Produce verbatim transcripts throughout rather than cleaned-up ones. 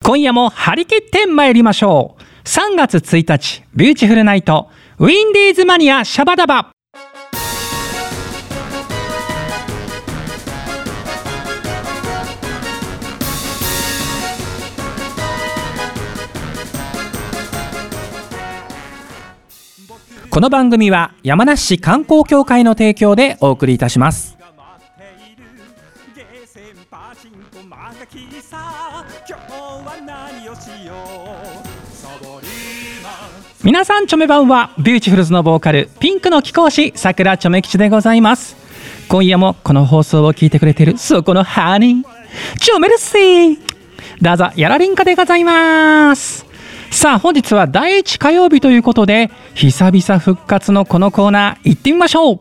今夜も張り切って参りましょう。さんがつついたち、ビューティフルナイト、ウィンディーズマニアシャバダバ。この番組は山梨市観光協会の提供でお送りいたします。皆さんチョメ版はビューティフルズのボーカルピンクの貴公子さくらちょめ吉でございます。今夜もこの放送を聞いてくれているそこのハニーチョメルシーどうぞよろりんかでございます。さあ本日はだいいち火曜日ということで久々復活のこのコーナー行ってみましょう。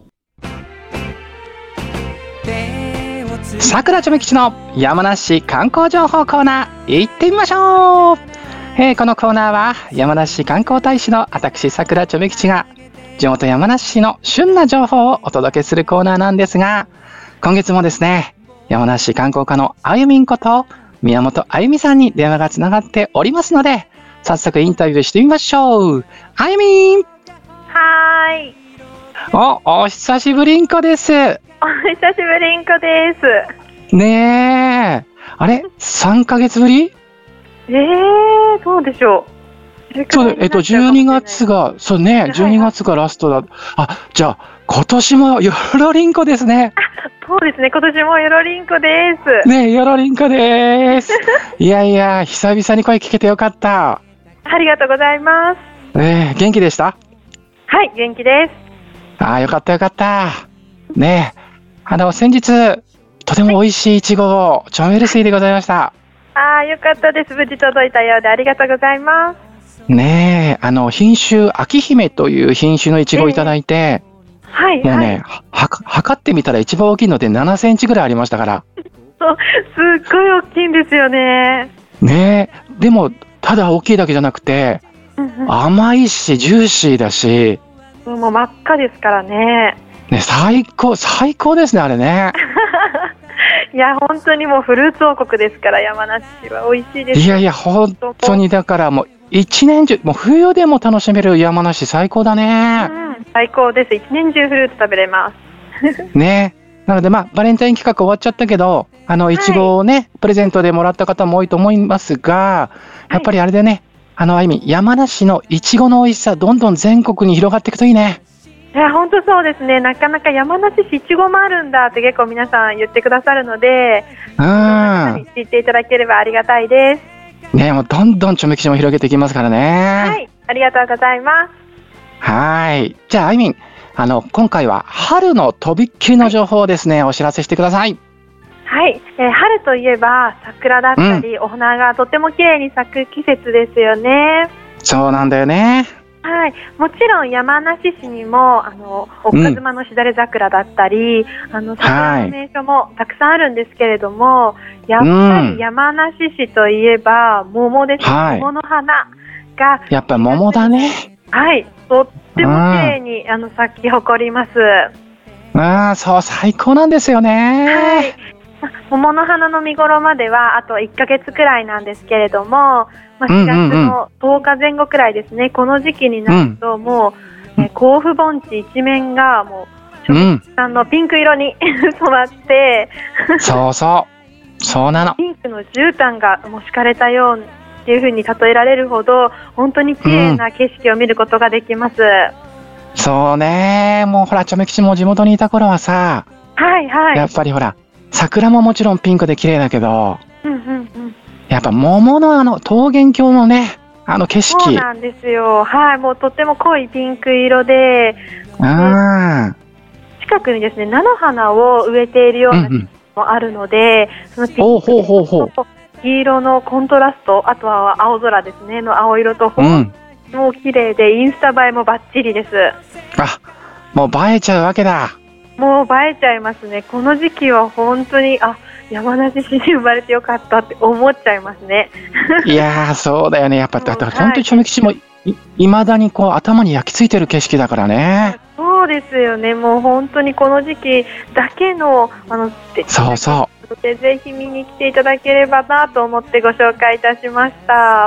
さくらちょめ吉の山梨観光情報コーナー行ってみましょう。えー、このコーナーは山梨観光大使の私さくらちょめ吉が地元山梨市の旬な情報をお届けするコーナーなんですが、今月もですね山梨観光課のあゆみんこと宮本あゆみさんに電話がつながっておりますので、早速インタビューしてみましょう。あゆみん。 はーい。 お、お久しぶりんこです。 お久しぶりんこです。 ねえ、あれさんかげつぶり？ えー、どうでしょう。 そう、えっとじゅうにがつがそうね、じゅうにがつがラストだ。あ、じゃあ今年もよろりんこですね。 あ、そうですね。今年もよろりんこです。 ねえ、よろりんこです。いやいや、久々に声聞けてよかった。 ありがとうございます。 えー、元気でした？ はい、元気です。 ああ、よかったよかった。ねえ、あの先日とても美味しいいちごをチョメルシーでございました。 ああ、よかったです。無事届いたようでありがとうございます。 ねえ、あの品種秋姫という品種のいちごをいただいて、えー、 はいもうね、はい、は測ってみたら一番大きいのでななセンチぐらいありましたから。 そうすっごい大きいんですよね。 ねえ、でもただ大きいだけじゃなくて、うんうん、甘いしジューシーだし、 もう真っ赤ですからね。 ね、最高最高ですねあれね。 いや本当にもうフルーツ王国ですから山梨は美味しいです。 いやいや本当にだからもう一年中もう冬でも楽しめる山梨最高だね。 うん、最高です。一年中フルーツ食べれますね。なのでまあバレンタイン企画終わっちゃったけど、あのいちごをね、はい、プレゼントでもらった方も多いと思いますが、やっぱりあれでね、はい、あのあゆみ山梨のいちごの美味しさどんどん全国に広がっていくといいね。 いや本当そうですね。なかなか山梨市いちごもあるんだって結構皆さん言ってくださるので、うん、知っていただければありがたいですね。もうどんどんちょめ吉も広げていきますからね。 はい、ありがとうございます。 はい、じゃああゆみん、あの今回は春のとびっきりの情報をですね、はい、お知らせしてください。 はい、えー、春といえば桜だったり、うん、お花がとても綺麗に咲く季節ですよね。 そうなんだよね。 はい、もちろん山梨市にもあの岡妻のしだれ桜だったり、うん、あの桜の名所もたくさんあるんですけれども、はい、やっぱり山梨市といえば桃です、はい、桃の花がやっぱり桃だね。 はい、とっても綺麗に、うん、あの咲き誇ります。 ああ、そう最高なんですよね。 はい、桃の花の見頃まではあといっかげつくらいなんですけれども、まあ、しがつのとおかぜん後くらいですね、うんうんうん、この時期になるともう、うん、え甲府盆地一面がもうちょっとさんのピンク色に染まって、 うん、そうそうそうなの。 ピンクの絨毯がもう敷かれたようっていう風に例えられるほど本当に綺麗な景色を見ることができます。うん、 そうね、もうほらちょめ吉も地元にいた頃はさ、 はいはい、 やっぱりほら桜ももちろんピンクで綺麗だけど、 うんうんうん、やっぱ桃のあの桃源郷のねあの景色、 そうなんですよ。はい、もうとっても濃いピンク色で、 あ近くにですね菜の花を植えているような地域もあるので、うんうん、そのピンク色と黄色のコントラスト、あとは青空ですねの青色と、うん、もう綺麗でインスタ映えもバッチリです。 あ、もう映えちゃうわけだ。 もう映えちゃいますね。この時期は本当にあ山梨市に生まれてよかったって思っちゃいますね。 いやーそうだよね。やっぱだって本当にちょめ吉も い, いまだにこう頭に焼き付いてる景色だからね。 そうですよね。もう本当にこの時期だけのあのそうそうので、ぜひ見に来ていただければなと思ってご紹介いたしました。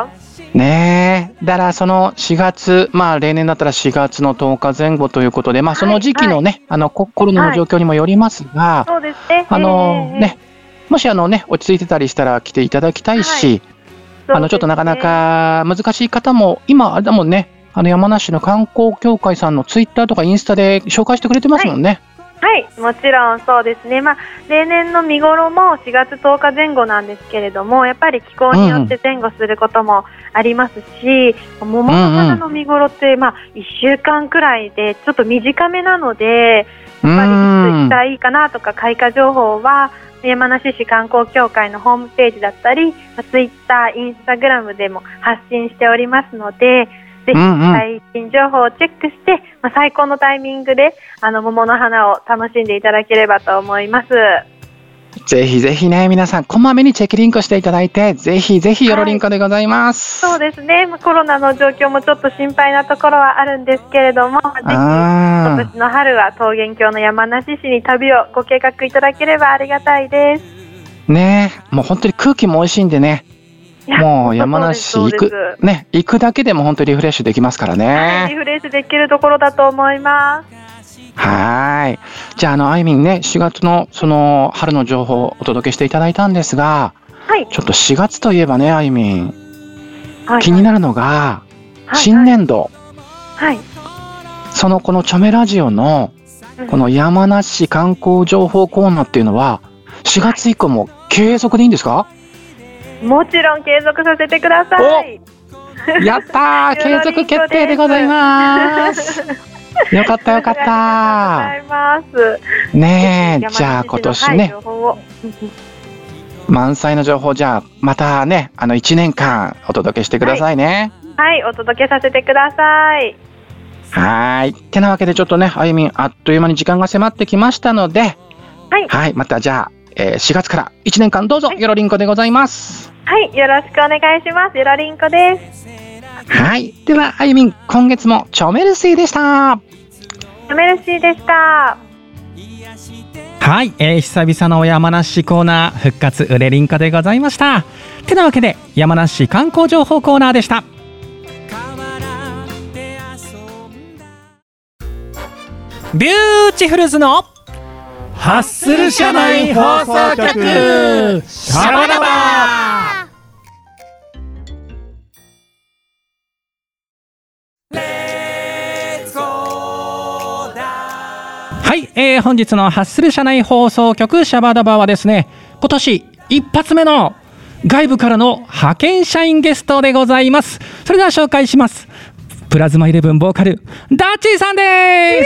ねえ、だからそのしがつ、まあ例年だったらしがつのとおかぜん後ということで、まあその時期のね、はいはい、あのコロナの状況にもよりますが、 はい、そうですね。 あのー、ね、もしあのね落ち着いてたりしたら来ていただきたいし、はい、あのちょっとなかなか難しい方も今あれだもんね、あの山梨の観光協会さんのツイッターとかインスタで紹介してくれてますもんね。 はい、はい、もちろんそうですね。まあ例年の見頃もしがつとおかぜん後なんですけれども、やっぱり気候によって前後することもありますし、うん、桃の花の見頃ってまあいっしゅうかんくらいでちょっと短めなので、やっぱりいつ行ったらいいかなとか開花情報は山梨市観光協会のホームページだったり、ツイッター、インスタグラムでも発信しておりますので、ぜひ最新情報をチェックして、まあ、最高のタイミングであの桃の花を楽しんでいただければと思います。 ぜひぜひね、皆さんこまめにチェックリンクしていただいて、ぜひぜひよろりんこでございます、 はい、そうですね。コロナの状況もちょっと心配なところはあるんですけれども、ぜひ今年の春は桃源郷の山梨市に旅をご計画いただければありがたいですね。もう本当に空気も美味しいんでね、もう山梨行くね、行くだけでも本当にリフレッシュできますからね、 はい、リフレッシュできるところだと思います。 はい。じゃあ、あの、あいみんね、しがつのその春の情報をお届けしていただいたんですが、はい、ちょっとしがつといえばね、あいみん、はい、気になるのが、はい、新年度、はい、そのこのチョメラジオのこの山梨観光情報コーナーっていうのはしがつ以降も継続でいいんですか？ もちろん継続させてください。 やったー継続決定でございますよかったよかった。 ありがとうございます。 ねえ、じゃあ今年ね、満載の情報、じゃあまたね、あのいちねんかんお届けしてくださいね。 はい、はい、お届けさせてください。 はい。てなわけでちょっとね、あゆみんあっという間に時間が迫ってきましたので、はい、はい、またじゃあ、えー、しがつからいちねんかんどうぞよろりんこでございます。 はい、よろしくお願いします。よろりんこです。 はい。では、あゆみん、今月もチョメルシーでした。 チョメルシーでした。 はい、えー、久々の山梨コーナー復活うれりんこでございました。てなわけで、山梨観光情報コーナーでした。ビューティフルズのハッスル社内放送局シャバダバ。はい、えー、本日のハッスル社内放送局シャバダバはですね、今年一発目の外部からの派遣社員ゲストでございます。それでは紹介します。プラズマイレブンボーカルダッチーさんです。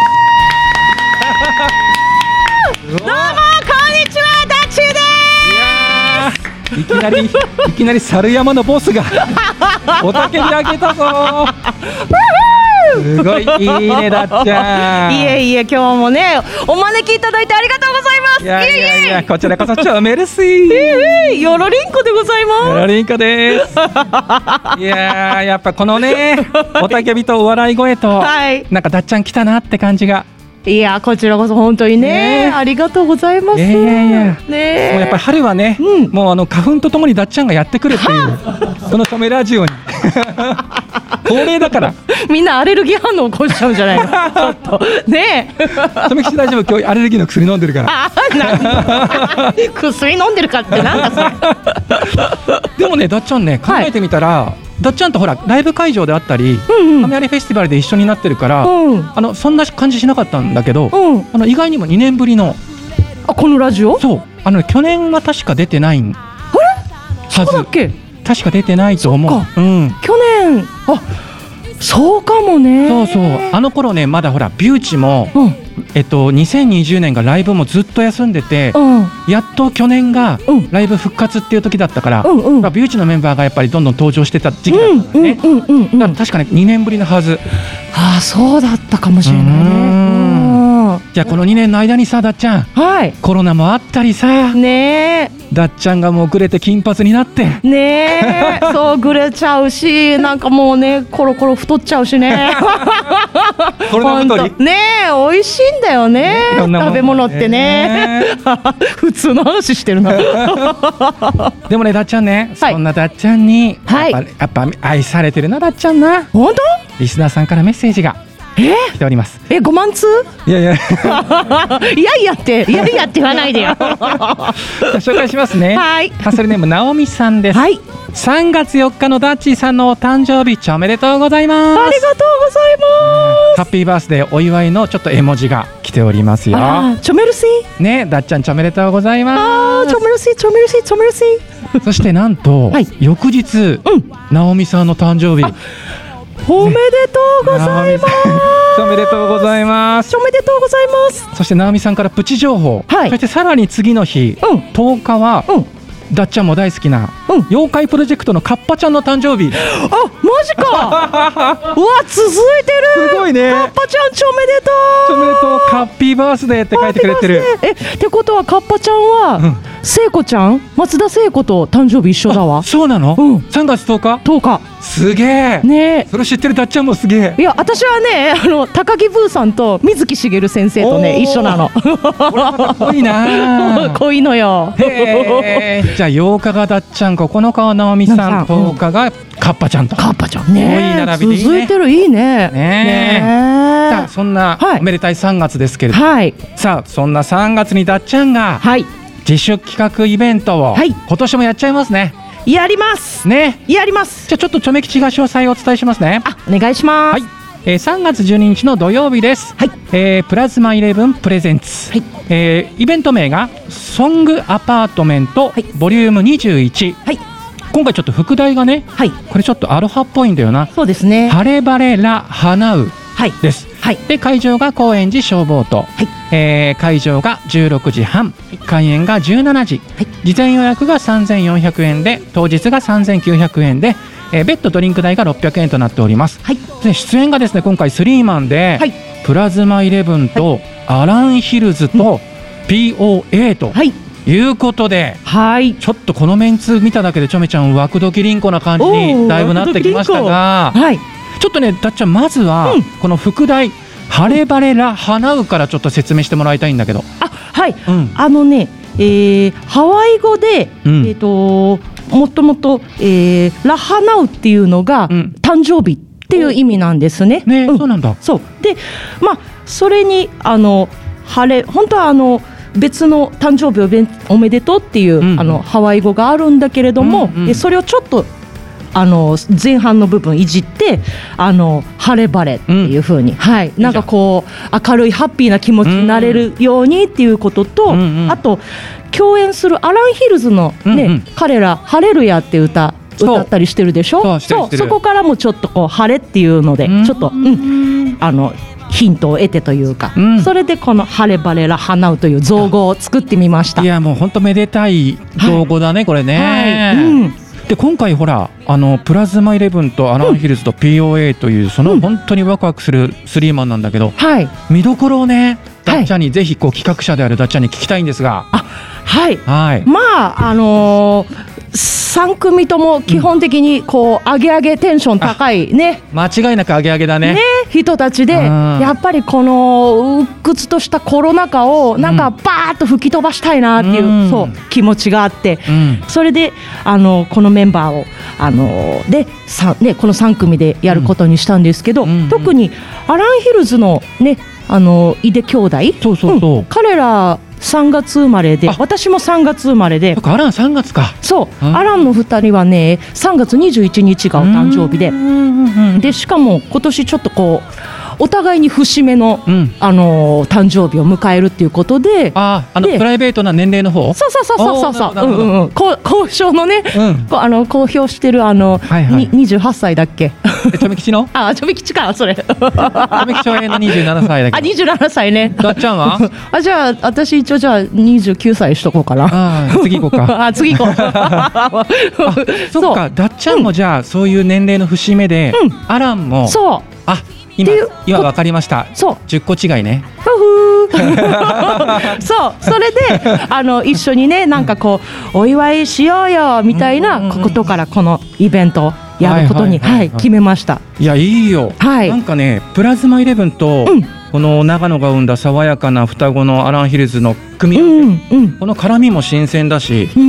どうもこんにちは、ダッチーです。 いやいきなりいきなり猿山のボスがおたけび上げたぞすごいいいね、だっちゃん。 いえいえ、今日もねお招きいただいてありがとうございます。 いやいやいや、こちらこそチョメルシー。 えー、よろりんこでございます。 よろりんこです。いややっぱこのねおたけびとお笑い声と、はい、なんかだっちゃん来たなって感じが。 いや、こちらこそ本当に ね, ねありがとうございます。いやいやいや、ね、 もうやっぱり春はね、うん、もうあの花粉とともにだっちゃんがやってくるっていうこのチョメラジオに恒例だからみんなアレルギー反応起こしちゃうんじゃないのちょっとねえ、 とめきち大丈夫、今日アレルギーの薬飲んでるから。あなん薬飲んでるかってなんだそれでもね、だっちゃんね、考えてみたら、はい、だっちゃんとほらライブ会場であったり、アメアリフェスティバルで一緒になってるから、うん、あのそんな感じしなかったんだけど、うん、あの意外にもにねんぶりの、 あ、このラジオ、 そうあの、ね、去年は確か出てないんはず。そうだっけ。 確か出てないと思う。 うん、去年、あ、そうかもね。 そうそう、あの頃ね、まだほらビューチも、うん、えっと、にせんにじゅうねんがライブもずっと休んでて、うん、やっと去年がライブ復活っていう時だったから、うんうん、ビューチのメンバーがやっぱりどんどん登場してた時期だったからね、だから確かににねんぶりのはず。 ああ、そうだったかもしれないね。 ん、じゃあこのにねんの間にさ、だっちゃん、 はい、 コロナもあったりさ、 ねえ、 だっちゃんがもうぐれて金髪になってねえそうぐれちゃうし、なんかもうねコロコロ太っちゃうしねコロナ太りねえ、美味しいんだよね、食べ物ってね普通の話してるなでもね、だっちゃんね、 はい、 そんなだっちゃんにはい、 やっぱ、やっぱ愛されてるな、だっちゃんな。 本当？ リスナーさんからメッセージがえ来ております。 え、ごまん通？ いやいやいやいやっていやいやって言わないでよ紹介しますね。 はい、 ハッスルネームなおみさんです。 はい、 さんがつよっかのダッチーさんのお誕生日おめでとうございます。 ありがとうございます。 ハッピーバースデーお祝いのちょっと絵文字が来ておりますよ。 あ、チョメルシーね、だっちゃんおめでとうございます。 あ、チョメルシーチョメルシーチョメルシーそしてなんと、はい、翌日、うん、なおみさんの誕生日、 おめでとうございます。 おめでとうございます。 おめでとうございます。 そして直美さんからプチ情報、はい、そしてさらに次の日、うん、とおかは、うん、だっちゃんも大好きな、うん、妖怪プロジェクトのカッパちゃんの誕生日。 あ、マジかうわ、続いてる。 すごいね。 カッパちゃんちおめでとう。 おめでとう。カッピーバースデーって書いてくれてる。 え、ってことはカッパちゃんは、うん、聖子ちゃん、松田聖子と誕生日一緒だわ。 そうなの、うん、さんがつとおかとおか。すげえね。 それ知ってるだっちゃんもすげえ。 いや、私はね、あの高木ブーさんと水木しげる先生とね一緒なの。 濃いな濃いのよ。 へじゃあようかがだっちゃん、ここのかはなおみさん、とおかがカッパちゃんと。 カッパちゃんね、 いい並びでいいね。 続いてる、いいね。 ねえ。さあ、そんなおめでたいさんがつですけれども、はい、さあそんなさんがつにだっちゃんが、はい、自主企画イベントを、はい、今年もやっちゃいますね。 やりますね。 やります。 じゃあちょっとちょめ吉が詳細をお伝えしますね。 あ、お願いします。はい、 えー、さんがつじゅうににちの土曜日です。はい、えー、プラズマイレブンプレゼンツ、はい、えー、イベント名がソングアパートメント、はい、ボリュームにじゅういち、はい、今回ちょっと副題がね、はい、これちょっとアロハっぽいんだよな。 そうですね。 晴れ晴れラ花う、はい、です。はい、で会場が高円寺消防と、はい、えー、会場がじゅうろくじはん、はい、開演がじゅうしちじ、はい、事前予約がさんぜんよんひゃくえんで当日がさんぜんきゅうひゃくえんで、えー、別途ドリンク代がろっぴゃくえんとなっております。はい、で出演がですね、今回スリーマンで、はい、プラズマイレブンと、はい、アランヒルズと ピーオーエー と、はい、いうことで、はい、ちょっとこのメンツ見ただけでちょめちゃんワクドキリンコな感じにだいぶなってきましたが、はい、ちょっとね、だっちゃんまずは、うん、この副題晴れ晴れラ花うからちょっと説明してもらいたいんだけど。 あ、はい、うん、あのね、えー、ハワイ語で、うん、えーともともと、えー、ラハナウっていうのが、うん、誕生日っていう意味なんですね。 ね、うん、そうなんだ。 そうで、まあそれにあの晴れ、本当はあの別の誕生日おめでとうっていう、うん、あのハワイ語があるんだけれども、うんうん、でそれをちょっとあの前半の部分いじってあの晴れ晴れっていう風に、うん、はい、なんかこう明るいハッピーな気持ちになれるようにっていうことと、うんうん、あと共演するアランヒルズの、ね、うんうん、彼ら晴れるやって歌歌ったりしてるでしょ。そう、そう、そこからもちょっとこう晴れっていうので、うん、ちょっと、うん、あのヒントを得てというか、うん、それでこの晴れ晴れら花うという造語を作ってみました。 いやもう本当めでたい造語だね、はい、これね、はい、うん、で今回ほらあのプラズマイレブンとアランヒルズと ピーオーエー という、うん、その本当にワクワクするスリーマンなんだけど、はい、見どころをねダッチャンに、はい、ぜひこう企画者であるダッチャンに聞きたいんですが。 あ、はい、 はい、 まああのーさん組とも基本的にこう上げ上げテンション高いね、 間違いなく上げ上げだね、ね、 人たちで、やっぱりこの鬱屈としたコロナ禍をなんかバーッと吹き飛ばしたいなっていう、うん、そう気持ちがあって、うん、それであのこのメンバーをあのでさ、ね、このさん組でやることにしたんですけど、うん、特にアランヒルズのねあの井出兄弟、 そうそうそう、うん、 彼らさんがつ生まれで、私もさんがつ生まれで、 アランさんがつか。 そう、アランのふたりはねさんがつにじゅういちにちがお誕生日で、でしかも今年ちょっとこうお互いに節目の、うん、あのー、誕生日を迎えるっていうことで、 ああのプライベートな年齢の方、 そうそうそうそうそうそう、うんうんうん、こ交渉のね、うん、あの公表してるあの、はいはい、ににじゅうはっさいだっけ、 ちょめ吉のあちょめ吉かそれちょめ吉はのにじゅうななさいだけど、 あにじゅうななさいね。 だっちゃんはあ、じゃあ私一応じゃあにじゅうきゅうさいしとこうかな。 あ次行こうかあ次行こうそっか、だっちゃんもじゃあ、うん、そういう年齢の節目で、うん、アランもそう、 あ今今分かりました。そうじゅっこ違いね。 そうそれであの一緒にねなんかこうお祝いしようよみたいなことからこのイベントをやることに、はいはいはいはい、決めました。 いやいいよ、 はい、 なんかねプラズマイレブンと、うん、この長野が生んだ爽やかな双子のアランヒルズの組み合わせ、うんうん、この絡みも新鮮だし、うん、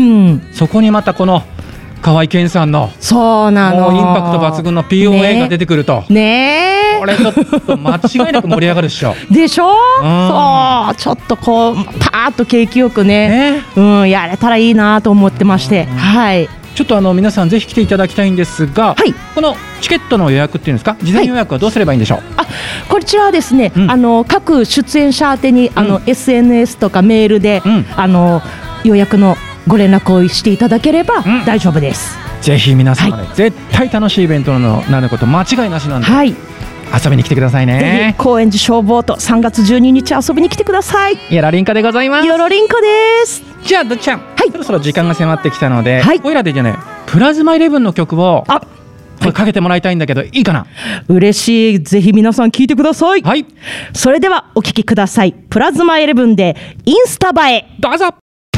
そこにまたこの河合健さんのそうなのもうインパクト抜群の ピーオーエー が出てくるとねえこれちょっと間違いなく盛り上がるでしょでしょ、うん、そうちょっとこうパーッと景気よく ね, ね、うん、やれたらいいなと思ってまして、うん、はいちょっとあの皆さんぜひ来ていただきたいんですが、はい、このチケットの予約っていうんですか事前予約はどうすればいいんでしょう。 はい、あこちらはですね、うん、あの各出演者宛てにあの、うん、エスエヌエス とかメールで、うん、あの予約のご連絡をしていただければ大丈夫です。 うん、ぜひ皆さん、ねはい、絶対楽しいイベントのなること間違いなしなんで、はい、遊びに来てくださいね。 ぜひ高円寺消防とさんがつじゅうににち遊びに来てください。 よろりんこでございます。 よろりんこです。 じゃあどっちゃん、はい、そろそろ時間が迫ってきたので、はい、おいらでじゃねプラズマイレブンの曲をあこれかけてもらいたいんだけど、はい、いいかな。 嬉しい。ぜひ皆さん聞いてください。 はい、 それではお聴きください。プラズマイレブンでインスタ映え。 どうぞ。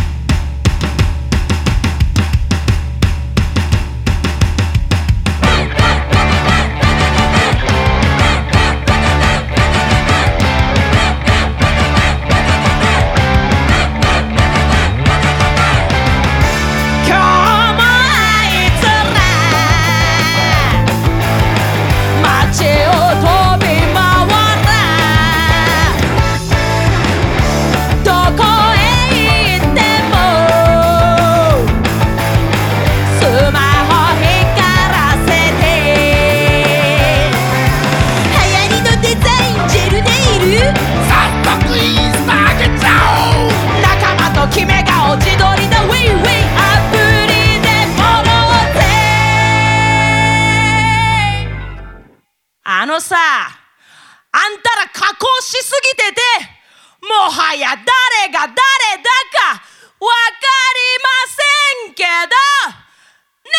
あのさ、あんたら加工しすぎてて、もはや誰が誰だかわかりませんけどね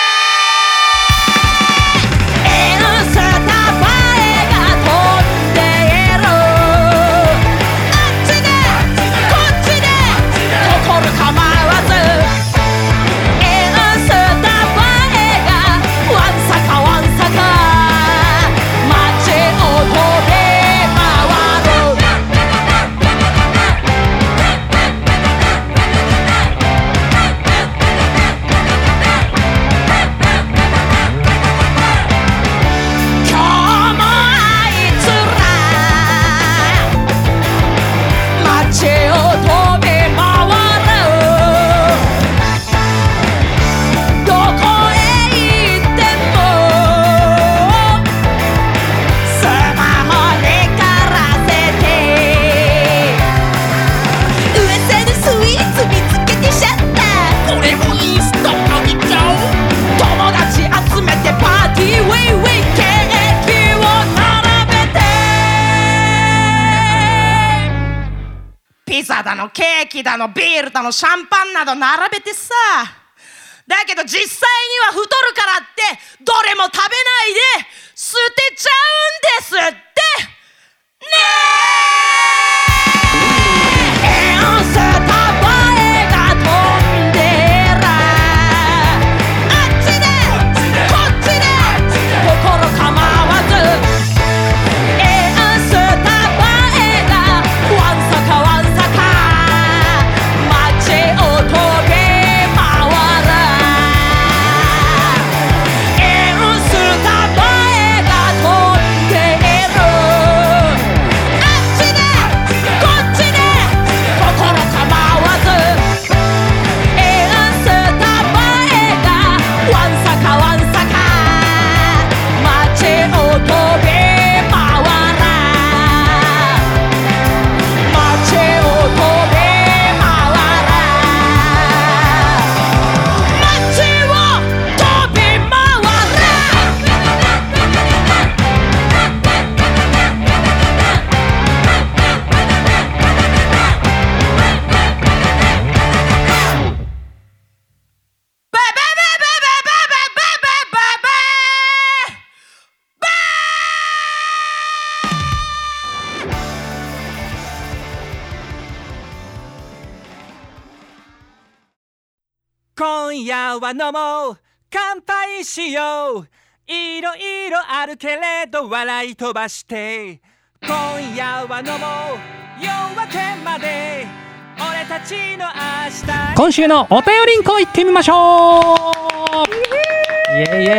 え。インスタ映えが飛んでる、あっちでこっちでところ構わず、インスタ映えがわんさかわんさかピザだのケーキだのビールだのシャンパンなど並べてさ、だけど実際には太るからってどれも食べないで捨てちゃうんですってねえ。インスタ映えが飛んでら、あっちでこっちで心構わず、インスタ映えがわんさかわんさか街を飛び回る。 今夜は飲もう乾杯しよういろいろあるけれど笑い飛ばして今夜は飲もう夜明けまで俺たちの明日今週のお便りんこ行ってみましょうイエイイエイイエイイ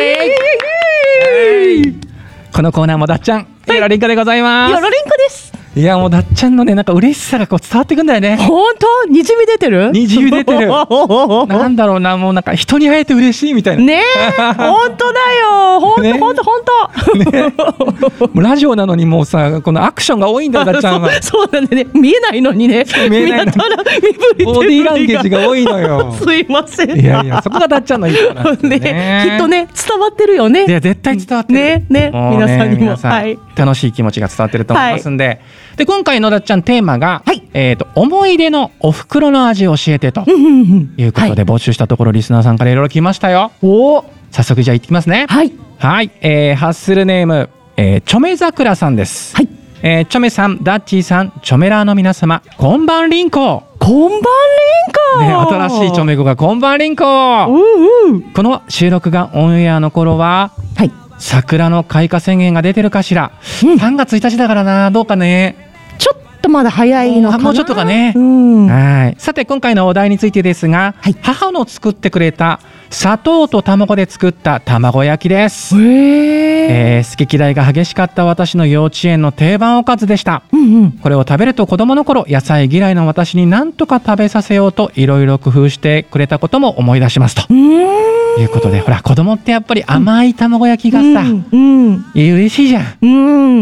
エイイエイこのコーナーもだっちゃんよろりんこでございますよろりんこです。 いやもうだっちゃんのねなんか嬉しさがこう伝わってくんだよね。 本当にじみ出てるにじみ出てるなんだろうなもうなんか人に会えて嬉しいみたいなねえ本当だよ本当本当本当もうラジオなのにもうさこのアクションが多いんだよだっちゃんはそうなんでね見えないのにね見えないのにボディーランゲージが多いのよすいませんいやいやそこがだっちゃんのいいとこなんですよねねきっとね伝わってるよねいや絶対伝わってるねね皆さんにも皆さん、はい、楽しい気持ちが伝わってると思いますんで、はい、で今回のだっちゃんテーマが、はいえー、と思い出のお袋の味を教えてということで募集したところリスナーさんからいろいろ来ましたよ。お早速じゃあいってきますね。はい、はいえー、ハッスルネーム、えー、チョメ桜さんです。はいえー、チョメさんダッチーさんチョメラーの皆様こんばんりんここんばんりんこ、 ね、新しいチョメ語がこんばんりんこ、うんうん、この収録がオンエアの頃は、はい、桜の開花宣言が出てるかしら、うん、さんがつついたちだからなどうかねちょっとまだ早いのかなもうちょっとかね、 うん、 はいさて今回のお題についてですが、はい、母の作ってくれた砂糖と卵で作った卵焼きです。へえー、好き嫌いが激しかった私の幼稚園の定番おかずでした、うんうん、これを食べると子供の頃野菜嫌いの私に何とか食べさせようといろいろ工夫してくれたことも思い出しますということでほら子供ってやっぱり甘い卵焼きがさ、うんうん、嬉しいじゃん、うん、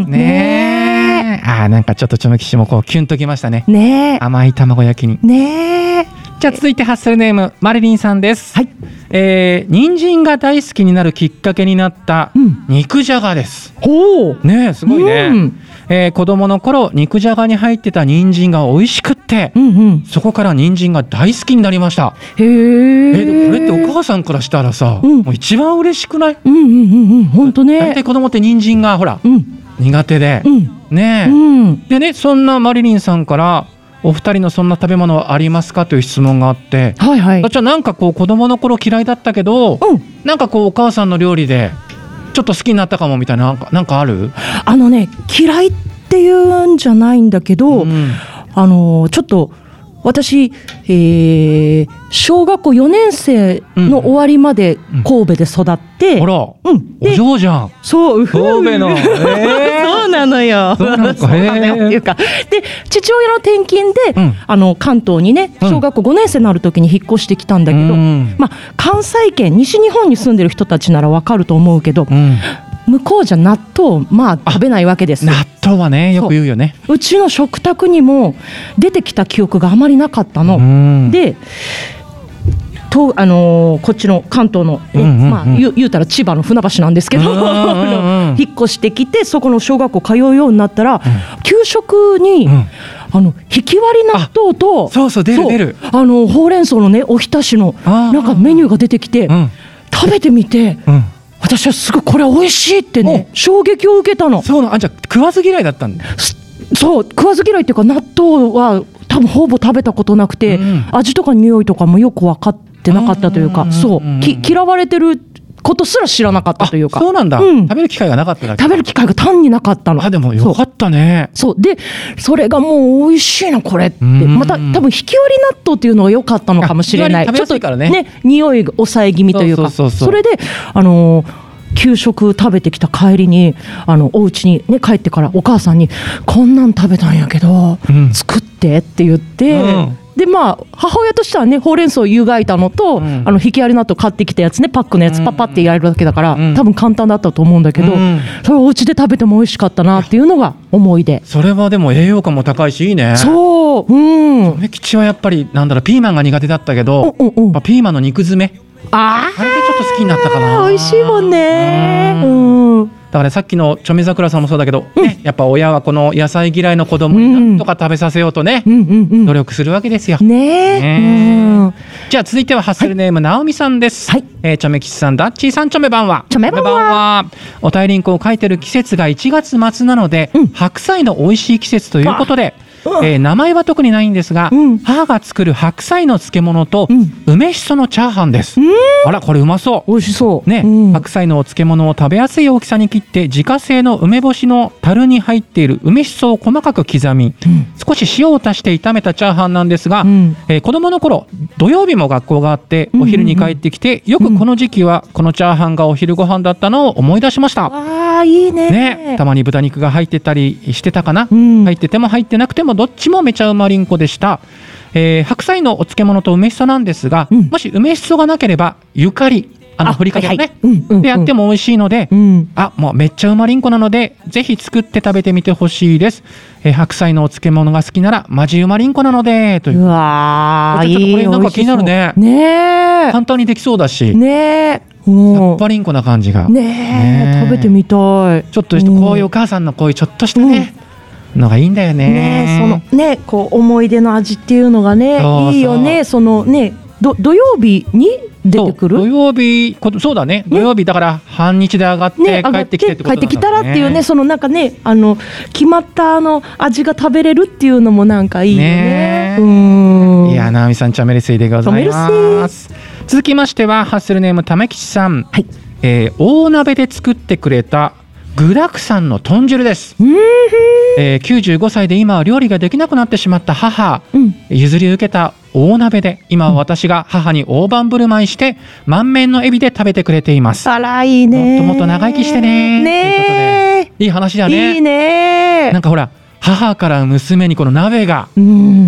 ねえあなんかちょっとちょめきしもこうキュンときましたね。ね甘い卵焼きにねじゃあ続いてハッスルネームマリリンさんです。はいえー、人参が大好きになるきっかけになった肉じゃがです、うん、ねすごいね、うんえー、子供の頃肉じゃがに入ってた人参が美味しくって、うんうん、そこから人参が大好きになりました。へーえでもこれってお母さんからしたらさ、うん、もう一番嬉しくない？うんうんうんうん本当ね。大体子供って人参がほら、うん、苦手で、うん、ねえ、うん、でねそんなマリリンさんからお二人のそんな食べ物はありますかという質問があって、はいはい、私はなんかこう子供の頃嫌いだったけど、うん、なんかこうお母さんの料理でちょっと好きになったかもみたいななんか、なんかある？ あのね嫌いっていうんじゃないんだけど、うん、あのちょっと私、えー、小学校よねん生の終わりまで神戸で育って、うん、 あら、うん、お嬢じゃん。 そう神戸の、えー、 そうなのよ。 そうなのか、 そうなのよっていうかで父親の転勤で、うん、あの関東にね小学校ごねん生になる時に引っ越してきたんだけど、うん、まあ、関西圏西日本に住んでる人たちならわかると思うけど、うん向こうじゃ納豆まあ食べないわけです。 納豆はねよく言うよね。 う, うちの食卓にも出てきた記憶があまりなかったのでと、あのー、こっちの関東の、うんうんうんまあ、言, 言うたら千葉の船橋なんですけど、うんうんうん、引っ越してきてそこの小学校通うようになったら、うん、給食に、うん、あのひき割り納豆とそうそう出る出るあのほうれん草のねおひたしのなんかメニューが出てきて、うん、食べてみて、うん私はすごいこれ美味しいってね衝撃を受けたの。 そうなあじゃあ食わず嫌いだったんだ。 そう食わず嫌いっていうか納豆は多分ほぼ食べたことなくて、うん、味とか匂いとかもよく分かってなかったというか、うん、そうき嫌われてることすら知らなかったというか。 そうなんだ、うん、食べる機会がなかっただけ。 食べる機会が単になかったの。 あでもよかったね。 そうでそれがもう美味しいなこれってまた多分ひき割り納豆っていうのが良かったのかもしれない。 食べやすいからね。 ちょっとね匂いが抑え気味というかそうそうそうそうそれであのー給食食べてきた帰りにあのお家に、ね、帰ってからお母さんにこんなん食べたんやけど、うん、作ってって言って、うん、でまあ母親としてはねほうれん草を湯がいたのと、うん、あのひき割り納豆買ってきたやつねパックのやつパッパってやれるだけだから、うん、多分簡単だったと思うんだけど、うん、それをお家で食べても美味しかったなっていうのが思い出。 それはでも栄養価も高いしいいね。 そううんめきちはやっぱりなんだろうピーマンが苦手だったけど、うんうんうん、ピーマンの肉詰めああれでちょっと好きになったかな。 美味しいもんね。うん、 だからさっきのちょめ桜さんもそうだけど、うんね、やっぱ親はこの野菜嫌いの子供になんとか食べさせようとね、うんうんうん、努力するわけですよ。ねねうん、じゃあ続いてはハッスルネーム、はい、なおみさんです。はい、えー、ちょめきちさんダッチーさんちょめばんは。 ちょめばんは。 お便りんこを書いてる季節がいちがつ末なので、うん、白菜の美味しい季節ということで。 えー、名前は特にないんですが、うん、母が作る白菜の漬物と、うん、梅しそのチャーハンです、うん、あらこれうまそう。 美味しそうね、うん、白菜のお漬物を食べやすい大きさに切って自家製の梅干しの樽に入っている梅しそを細かく刻み、うん、少し塩を足して炒めたチャーハンなんですが、うん、えー、子供の頃土曜日も学校があってお昼に帰ってきて、うんうんうん、よくこの時期はこのチャーハンがお昼ご飯だったのを思い出しました。 あーいい ね, ねたまに豚肉が入ってたりしてたかな、うん、入ってても入ってなくてもどっちもめちゃうまりんこでした。えー、白菜のお漬物と梅しそなんですが、うん、もし梅しそがなければゆかりあのふりかけをね、はいはいうんうんうん、でやっても美味しいので、うん、あもうめっちゃうまりんこなのでぜひ作って食べてみてほしいです。えー、白菜のお漬物が好きならマジうまりんこなのでという。 うわーちょっとこれなんか気になるね。 ね簡単にできそうだしねさっぱりんこな感じがね, ね食べてみたい。 ちょっとこういうお母さんのこういうちょっとしたね、うん、のがいいんだよね。 ねそのねこう思い出の味っていうのがねそうそういいよね。そのねど土曜日に出てくる土曜日そうだね、ね土曜日だから半日で上がって、ね、帰ってきてってことなんだね。 帰ってきたらっていうねそのなんかねあの決まったあの味が食べれるっていうのもなんかいいよ ね, ねうんいや直美さんチャメルスイでございます。続きましてはハッスルネームためきちさん、はいえー、大鍋で作ってくれた具だくさんの豚汁です。えー、きゅうじゅうごさいで今は料理ができなくなってしまった母、うん、譲り受けた大鍋で今は私が母に大盤振る舞いして満面のエビで食べてくれています。 あらいいね。 もっともっと長生きしてねねということでいい話だね。 いいね。 なんかほら母から娘にこの鍋が、 うん、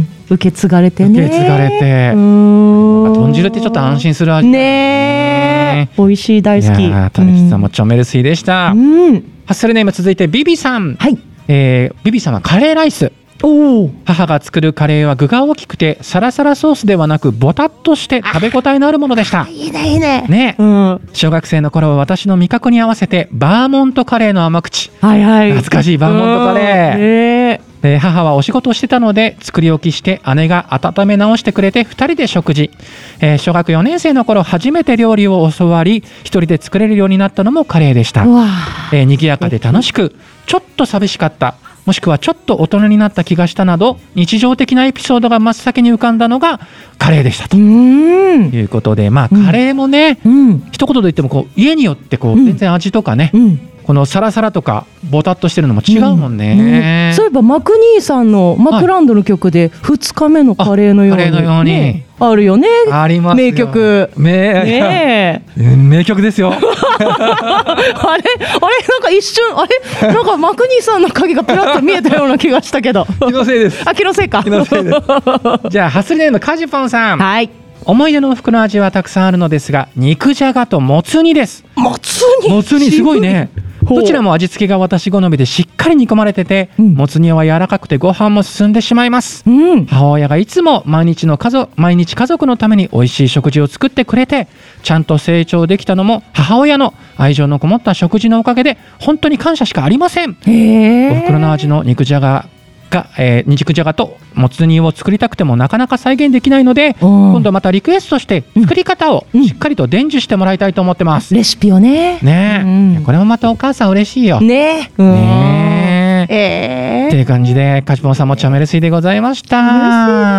受け継がれてね受け継がれてうん豚汁ってちょっと安心する味だね。美味しい大好き。 ためきさんもチョメルスイでした、うん、ハッスルネーム続いてビビさん、はいえー、ビビさんはカレーライス。お母が作るカレーは具が大きくてサラサラソースではなくボタッとして食べ応えのあるものでした。 いいねいいねね、うん、小学生の頃は私の味覚に合わせてバーモントカレーの甘口、はいはい、懐かしいバーモントカレー、えーえー、母はお仕事をしてたので作り置きして姉が温め直してくれてふたりで食事、えー、小学よねん生の頃初めて料理を教わり一人で作れるようになったのもカレーでした。えー、賑やかで楽しくちょっと寂しかったもしくはちょっと大人になった気がしたなど日常的なエピソードが真っ先に浮かんだのがカレーでしたということで、まあカレーもね、うん、一言で言ってもこう家によってこう全然味とかね、うんうん、このサラサラとかボタッとしてるのも違うもんね、 うんうん、そういえばマクニーさんのマクランドの曲でふつかめのカレーのように、 カレーのように、ね、 あるよね。 ありますよ名曲名, ね名曲ですよあれあれなんか一瞬あれなんかマクニーさんの影がピラッと見えたような気がしたけど気のせいです。 あ気のせいか。 気のせいですじゃあハスリネームカジポンさん、 はい、 思い出の服の味はたくさんあるのですが肉じゃがともつ煮です。 もつ煮もつ煮すごいね。どちらも味付けが私好みでしっかり煮込まれてて、うん、もつ煮は柔らかくてご飯も進んでしまいます、うん、母親がいつも毎日の家族毎日家族のために美味しい食事を作ってくれてちゃんと成長できたのも母親の愛情のこもった食事のおかげで本当に感謝しかありません。 へー。 お袋の味の肉じゃがが、えー、肉じゃがともつ煮を作りたくてもなかなか再現できないので今度またリクエストして作り方をしっかりと伝授してもらいたいと思ってます、 うん、レシピをねね、うん、これもまたお母さん嬉しいよねえ、 ねえー、っていう感じでカチポンさんもチャメルスイでございました。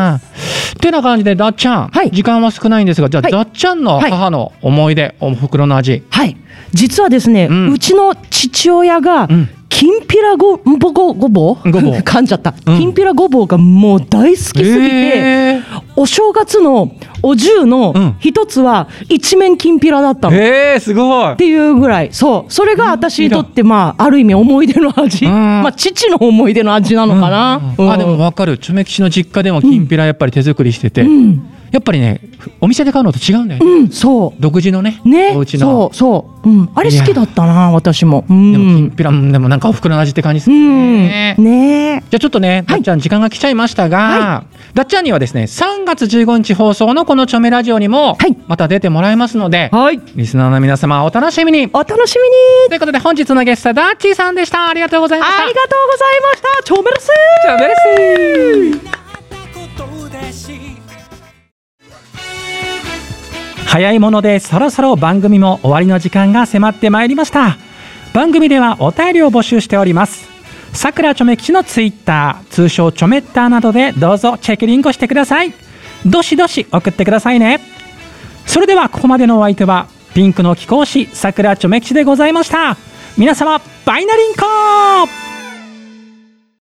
ってな感じでだっちゃん、はい、時間は少ないんですがじゃあ、はい、だっちゃんの母の思い出、はい、お袋の味。 はい実はですね、うん、うちの父親が、うんきんぴらごぼごごぼう噛んじゃった、うん、きんぴらごぼうがもう大好きすぎて、えー、お正月のお重の一つは一面きんぴらだったの、 えー、すごいっていうぐらいそうそれが私にとってまあある意味思い出の味、うんまあ、父の思い出の味なのかな、 うんうん、あでも分かるチョメ吉の実家でもきんぴらやっぱり手作りしてて、うんやっぱりねお店で買うのと違うんだよね、うん、そう独自の ね, ねお家のそうそう、うん、あれ好きだったな私も、うん、 でもきんぴらでもなんかお袋の味って感じですね、 うん、ねじゃあちょっとね、はい、だっちゃん時間が来ちゃいましたが、はい、だっちゃんにはですねさんがつじゅうごにち放送のこのチョメラジオにもまた出てもらいますので、はい、リスナーの皆様お楽しみにお楽しみにということで本日のゲストダッチーさんでした。ありがとうございました。 ありがとうございました。チョメルスチョメルス早いものでそろそろ番組も終わりの時間が迫ってまいりました。番組ではお便りを募集しております。 さくらちょめ吉のツイッター、通称ちょめッターなどでどうぞチェックリンクしてください。どしどし送ってくださいね。それではここまでのお相手はピンクの貴公子さくらちょめ吉でございました。皆様バイナリンコー。